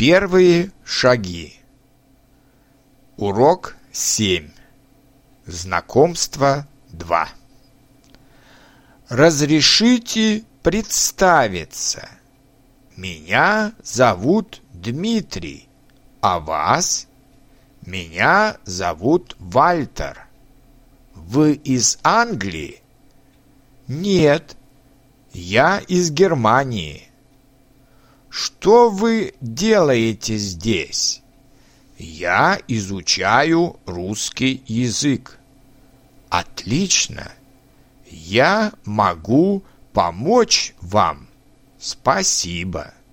Первые шаги. Урок 7. Знакомство 2. Разрешите представиться. Меня зовут Дмитрий, а вас? Меня зовут Вальтер. Вы из Англии? Нет, я из Германии. Что вы делаете здесь? Я изучаю русский язык. Отлично. Я могу помочь вам. Спасибо.